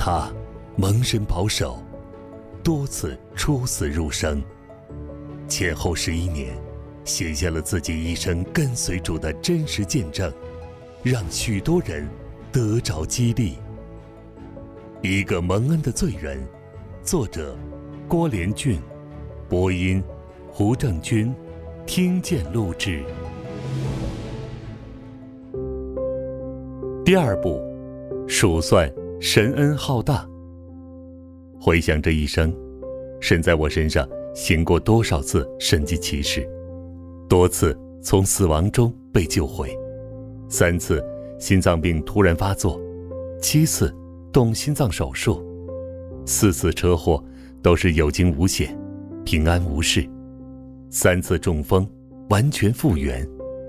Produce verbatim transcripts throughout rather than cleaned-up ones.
他蒙身保守，多次出死入生，前后十一年，写下了自己一生跟随主的真实见证，让许多人得着激励。一个蒙恩的罪人，作者郭连俊，播音胡正军，听见录制。第二部，数算神恩浩大。回想这一生，神在我身上行过多少次神迹奇事，多次从死亡中被救回，三次心脏病突然发作，七次动心脏手术，四次车祸都是有惊无险，平安无事，三次中风完全复原。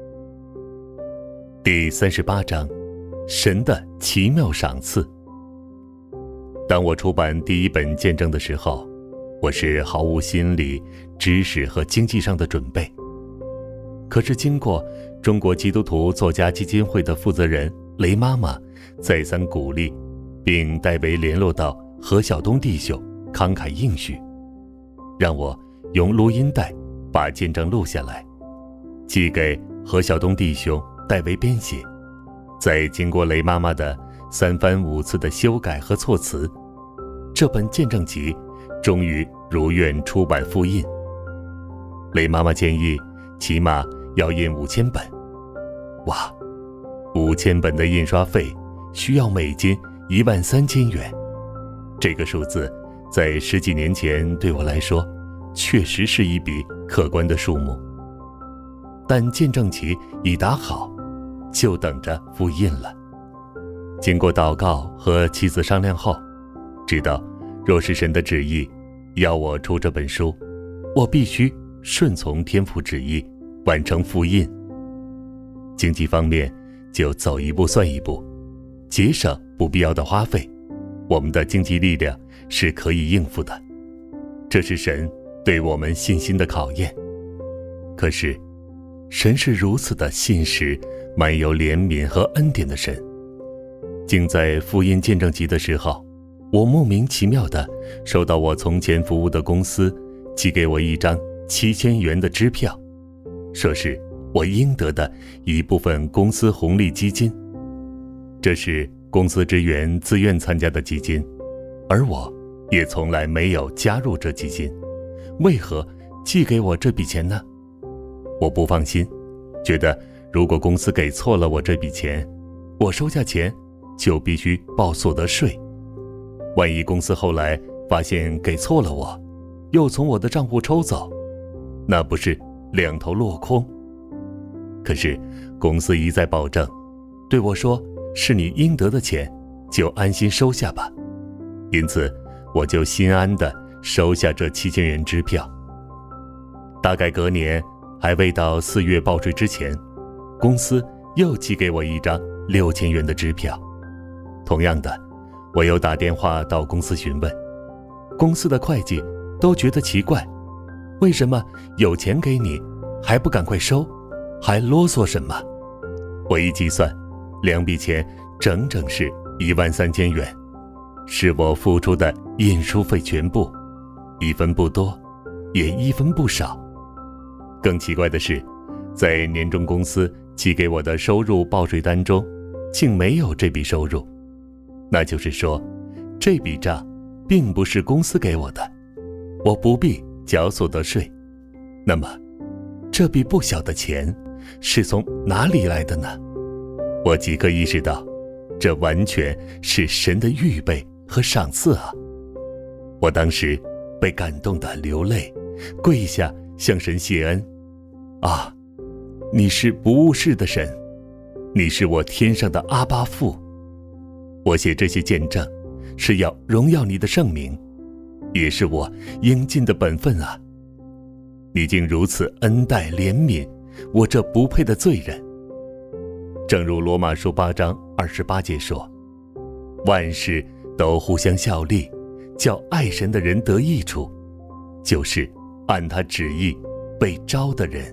第三十八章，神的奇妙赏赐。当我出版第一本见证的时候，我是毫无心理、知识和经济上的准备。可是经过中国基督徒作家基金会的负责人雷妈妈再三鼓励，并代为联络到何晓东弟兄慷慨应许，让我用录音带把见证录下来，寄给何晓东弟兄代为编写。再经过雷妈妈的三番五次的修改和措辞，这本见证集终于如愿出版复印。雷妈妈建议起码要印五千本。哇，五千本的印刷费需要美金一万三千元。这个数字在十几年前对我来说确实是一笔可观的数目。但见证集已打好，就等着复印了。经过祷告和妻子商量后，知道若是神的旨意要我出这本书，我必须顺从天父旨意，完成复印。经济方面就走一步算一步，节省不必要的花费，我们的经济力量是可以应付的。这是神对我们信心的考验。可是神是如此的信实，满有怜悯和恩典的神。竟在复印见证集的时候，我莫名其妙地收到我从前服务的公司寄给我一张七千元的支票，说是我应得的一部分公司红利基金。这是公司职员自愿参加的基金，而我也从来没有加入这基金，为何寄给我这笔钱呢？我不放心，觉得如果公司给错了我这笔钱，我收下钱就必须报所得税。万一公司后来发现给错了我，又从我的账户抽走，那不是两头落空？可是公司一再保证，对我说是你应得的钱，就安心收下吧。因此我就心安地收下这七千元支票。大概隔年还未到四月报税之前，公司又寄给我一张六千元的支票。同样的，我又打电话到公司询问，公司的会计都觉得奇怪，为什么有钱给你还不赶快收，还啰嗦什么？我一计算，两笔钱整整是一万三千元，是我付出的印书费全部，一分不多，也一分不少。更奇怪的是，在年终公司寄给我的收入报税单中，竟没有这笔收入。那就是说，这笔账并不是公司给我的，我不必缴所得税。那么，这笔不小的钱是从哪里来的呢？我即刻意识到，这完全是神的预备和赏赐啊！我当时被感动得流泪，跪下向神谢恩。啊，你是不误事的神，你是我天上的阿爸父。我写这些见证，是要荣耀你的圣名，也是我应尽的本分啊！你竟如此恩待怜悯我这不配的罪人。正如罗马书八章二十八节说，万事都互相效力，叫爱神的人得益处，就是按他旨意被招的人。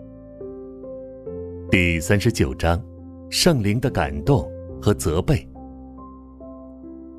第三十九章，圣灵的感动和责备。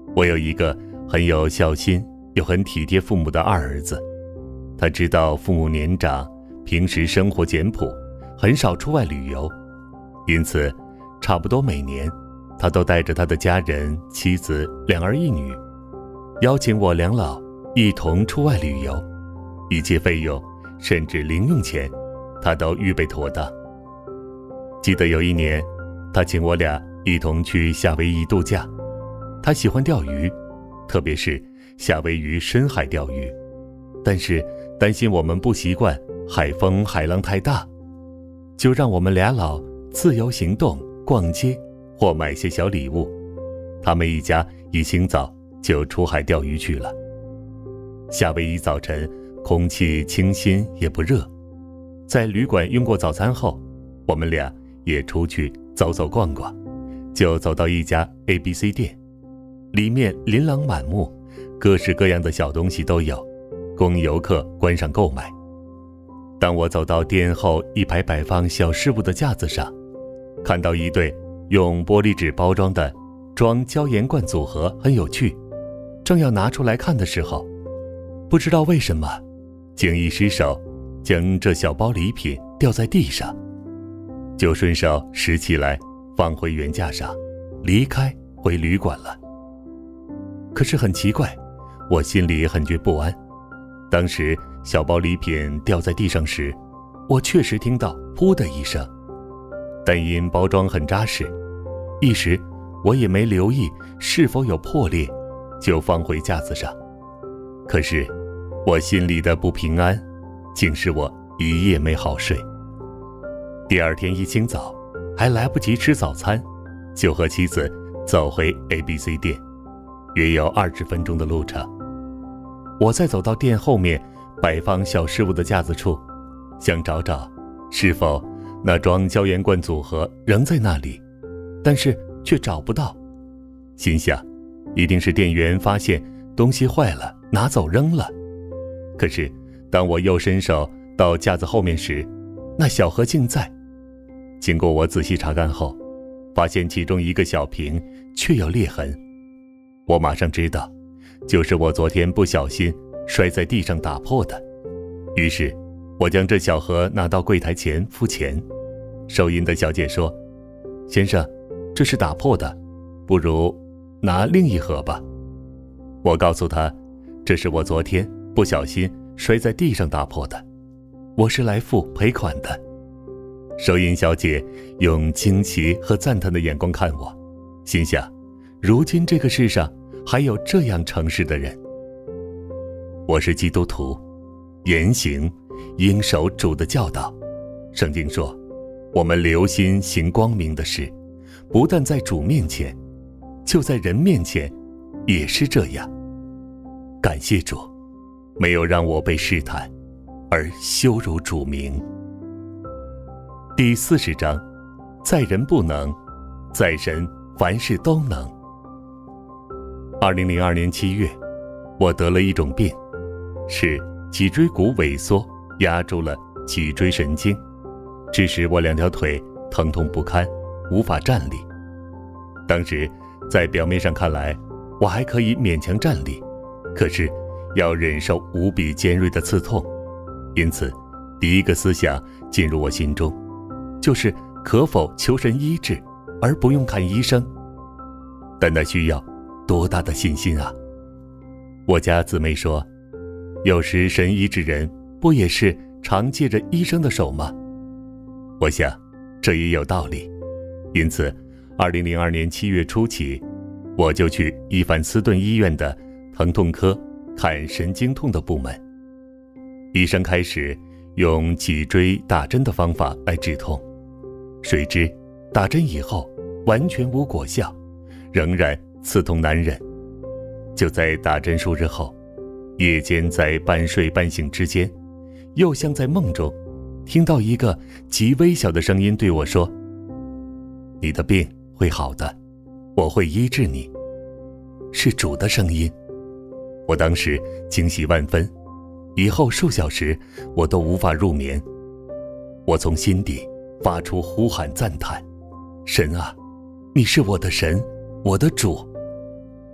我有一个很有孝心又很体贴父母的二儿子，他知道父母年长，平时生活简朴，很少出外旅游，因此差不多每年他都带着他的家人、妻子、两儿一女，邀请我两老一同出外旅游，一切费用甚至零用钱他都预备妥当。记得有一年，他请我俩一同去夏威夷度假。他喜欢钓鱼，特别是夏威夷深海钓鱼，但是担心我们不习惯，海风海浪太大，就让我们俩老自由行动，逛街或买些小礼物。他们一家一清早就出海钓鱼去了。夏威夷早晨空气清新也不热，在旅馆用过早餐后，我们俩也出去走走逛逛，就走到一家 A B C 店，里面琳琅满目，各式各样的小东西都有，供游客观赏购买。当我走到店后一排摆放小饰物的架子上，看到一对用玻璃纸包装的装椒盐罐组合很有趣，正要拿出来看的时候，不知道为什么竟一失手将这小包礼品掉在地上，就顺手拾起来放回原架上，离开回旅馆了。可是很奇怪，我心里很觉不安。当时小包礼品掉在地上时，我确实听到噗的一声，但因包装很扎实，一时我也没留意是否有破裂，就放回架子上。可是我心里的不平安竟使我一夜没好睡。第二天一清早还来不及吃早餐，就和妻子走回 A B C 店，约有二十分钟的路程。我再走到店后面摆放小事物的架子处，想找找是否那装椒盐罐组合仍在那里，但是却找不到。心想一定是店员发现东西坏了拿走扔了。可是当我又伸手到架子后面时，那小盒竟在。经过我仔细查看后，发现其中一个小瓶却有裂痕。我马上知道，就是我昨天不小心摔在地上打破的。于是我将这小盒拿到柜台前付钱。收银的小姐说：“先生，这是打破的，不如拿另一盒吧。”我告诉她，这是我昨天不小心摔在地上打破的，我是来付赔款的。收银小姐用惊奇和赞叹的眼光看我，心想，如今这个世上还有这样诚实的人。我是基督徒，言行应守主的教导。圣经说，我们留心行光明的事，不但在主面前，就在人面前也是这样。感谢主，没有让我被试探而羞辱主名。第四十章，在人不能，在神凡事都能。二零零二年七月，我得了一种病，是脊椎骨萎缩压住了脊椎神经，致使我两条腿疼痛不堪，无法站立。当时在表面上看来，我还可以勉强站立，可是要忍受无比尖锐的刺痛。因此第一个思想进入我心中，就是可否求神医治而不用看医生。但那需要多大的信心啊！我家姊妹说，有时神医治人不也是常借着医生的手吗？我想这也有道理。因此二零零二年七月初起，我就去伊凡斯顿医院的疼痛科看神经痛的部门。医生开始用脊椎打针的方法来止痛，谁知打针以后完全无果效，仍然刺痛难忍。就在打针数日后，夜间在半睡半醒之间，又像在梦中听到一个极微小的声音对我说，你的病会好的，我会医治你。是主的声音。我当时惊喜万分，以后数小时我都无法入眠。我从心底发出呼喊赞叹，神啊，你是我的神，我的主。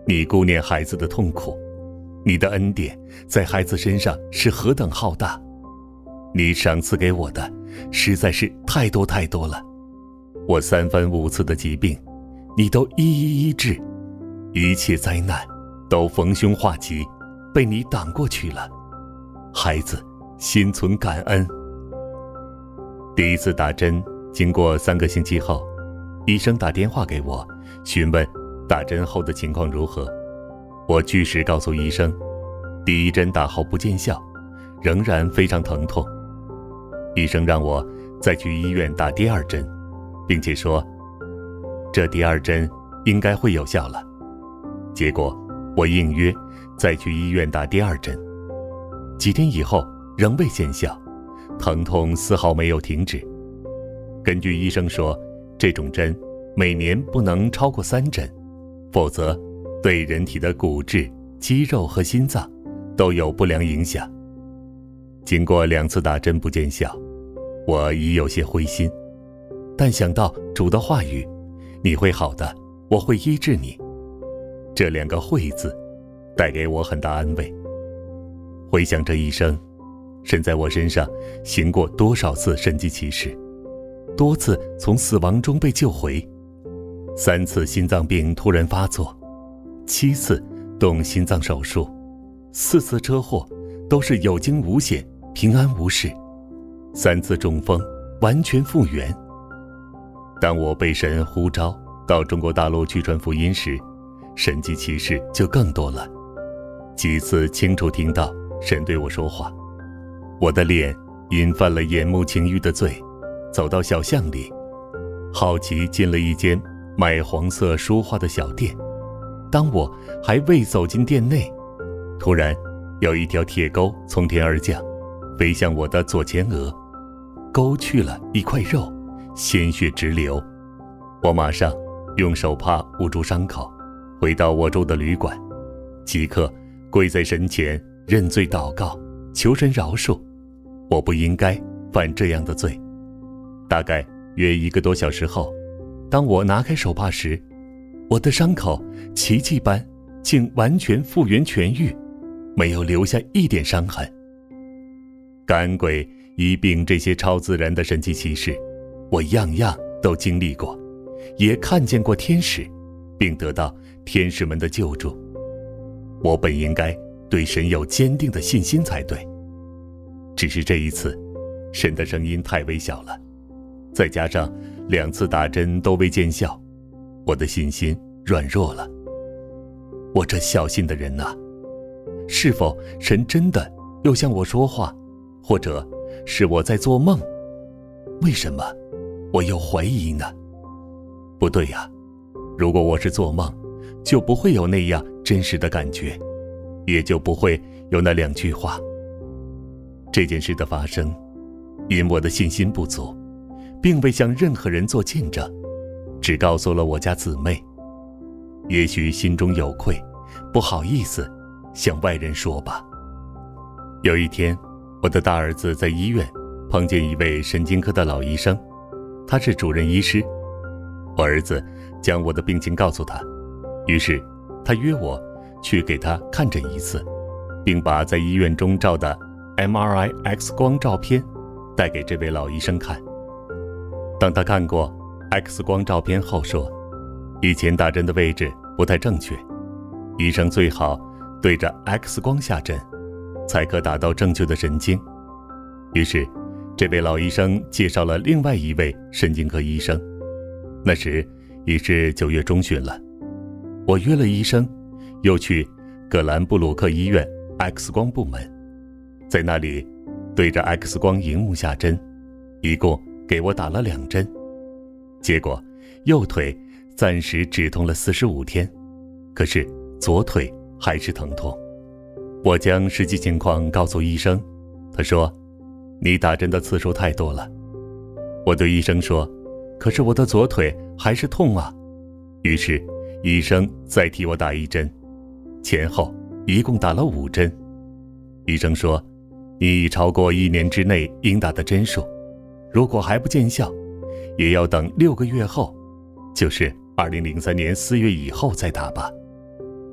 你顾念孩子的痛苦，你的恩典在孩子身上是何等浩大，你赏赐给我的实在是太多太多了。我三番五次的疾病，你都一一医治，一切灾难都逢凶化吉，被你挡过去了。孩子心存感恩。第一次打针经过三个星期后，医生打电话给我，询问打针后的情况如何。我据实告诉医生，第一针打后不见效，仍然非常疼痛。医生让我再去医院打第二针，并且说这第二针应该会有效了。结果我应约再去医院打第二针，几天以后仍未见效，疼痛丝毫没有停止。根据医生说，这种针每年不能超过三针，否则对人体的骨质、肌肉和心脏都有不良影响。经过两次打针不见效，我已有些灰心，但想到主的话语，你会好的，我会医治你，这两个会字带给我很大安慰。回想这一生，神在我身上行过多少次神迹奇事，多次从死亡中被救回，三次心脏病突然发作，七次动心脏手术，四次车祸都是有惊无险，平安无事，三次中风完全复原。当我被神呼召到中国大陆去传福音时，神迹奇事就更多了。几次清楚听到神对我说话，我的脸因犯了眼目情欲的罪，走到小巷里，好奇进了一间卖黄色书画的小店。当我还未走进店内，突然有一条铁钩从天而降，飞向我的左前额，钩去了一块肉，鲜血直流。我马上用手帕捂住伤口，回到我住的旅馆，即刻跪在神前认罪祷告，求神饶恕，我不应该犯这样的罪。大概约一个多小时后，当我拿开手帕时，我的伤口奇迹般竟完全复原痊愈，没有留下一点伤痕。感恩鬼医病这些超自然的神奇奇事，我样样都经历过，也看见过天使，并得到天使们的救助。我本应该对神有坚定的信心才对，只是这一次神的声音太微小了，再加上两次打针都未见效，我的信心软弱了。我这小信的人啊，是否神真的又向我说话，或者是我在做梦？为什么我又怀疑呢？不对呀，如果我是做梦，就不会有那样真实的感觉，也就不会有那两句话。这件事的发生，因我的信心不足，并未向任何人做见证，只告诉了我家姊妹。也许心中有愧，不好意思向外人说吧。有一天，我的大儿子在医院碰见一位神经科的老医生，他是主任医师。我儿子将我的病情告诉他，于是他约我去给他看诊一次，并把在医院中照的 M R I X 光照片带给这位老医生看。当他看过 X 光照片后说，以前打针的位置不太正确，医生最好对着 X 光下针，才可打到正确的神经。于是这位老医生介绍了另外一位神经科医生。那时已是九月中旬了，我约了医生，又去葛兰布鲁克医院 X 光部门，在那里对着 X 光荧幕下针，一共给我打了两针。结果右腿暂时止痛了四十五天，可是左腿还是疼痛。我将实际情况告诉医生，他说，你打针的次数太多了。我对医生说，可是我的左腿还是痛啊。于是医生再替我打一针，前后一共打了五针。医生说，你已超过一年之内应打的针数，如果还不见效，也要等六个月后，就是二零零三年四月以后再打吧。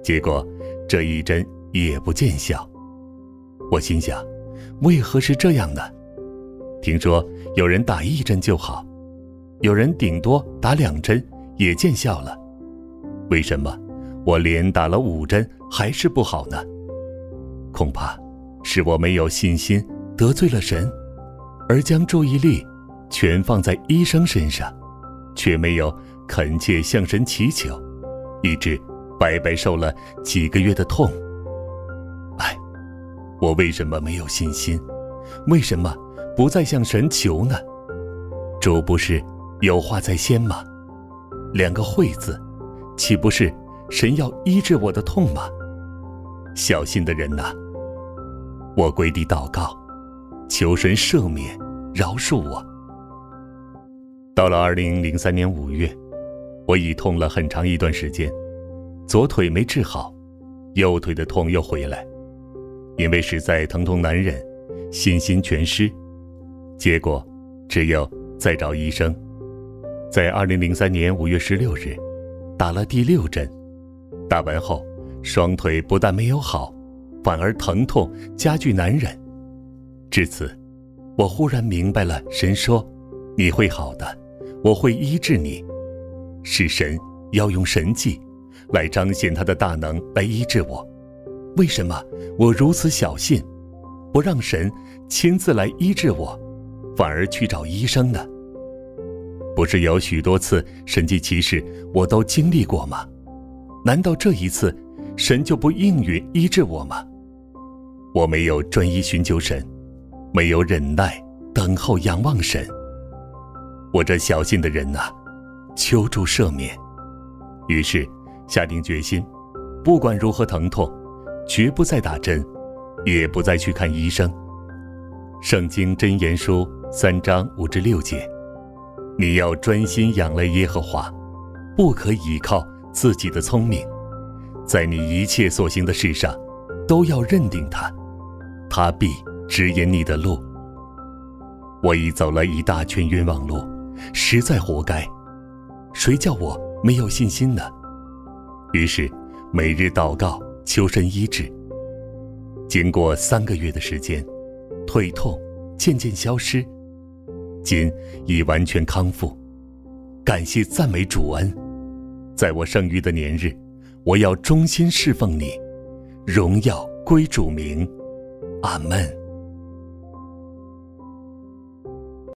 结果这一针也不见效。我心想，为何是这样呢？听说有人打一针就好，有人顶多打两针也见效了，为什么我连打了五针还是不好呢？恐怕是我没有信心，得罪了神，而将注意力全放在医生身上，却没有恳切向神祈求，以致白白受了几个月的痛。哎，我为什么没有信心？为什么不再向神求呢？主不是有话在先吗？两个会字，岂不是神要医治我的痛吗？小心的人哪，我跪地祷告，求神赦免饶恕我。到了二零零三年五月，我已痛了很长一段时间，左腿没治好，右腿的痛又回来，因为实在疼痛难忍，信心全失，结果只有再找医生。在二零零三年五月十六日打了第六针，打完后双腿不但没有好，反而疼痛加剧难忍。至此我忽然明白了，神说你会好的，我会医治你，是神要用神迹来彰显他的大能来医治我。为什么我如此小信，不让神亲自来医治我，反而去找医生呢？不是有许多次神迹奇事我都经历过吗？难道这一次神就不应允医治我吗？我没有专一寻求神，没有忍耐等候仰望神，我这小信的人啊，求主赦免。于是下定决心，不管如何疼痛，绝不再打针，也不再去看医生。圣经箴言书三章五至六节，你要专心仰赖耶和华，不可倚靠自己的聪明，在你一切所行的事上都要认定他，他必指引你的路。我已走了一大圈冤枉路，实在活该，谁叫我没有信心呢？于是每日祷告求神医治。经过三个月的时间，腿痛渐渐消失，今已完全康复。感谢赞美主恩，在我剩余的年日，我要忠心侍奉你，荣耀归主名。阿们。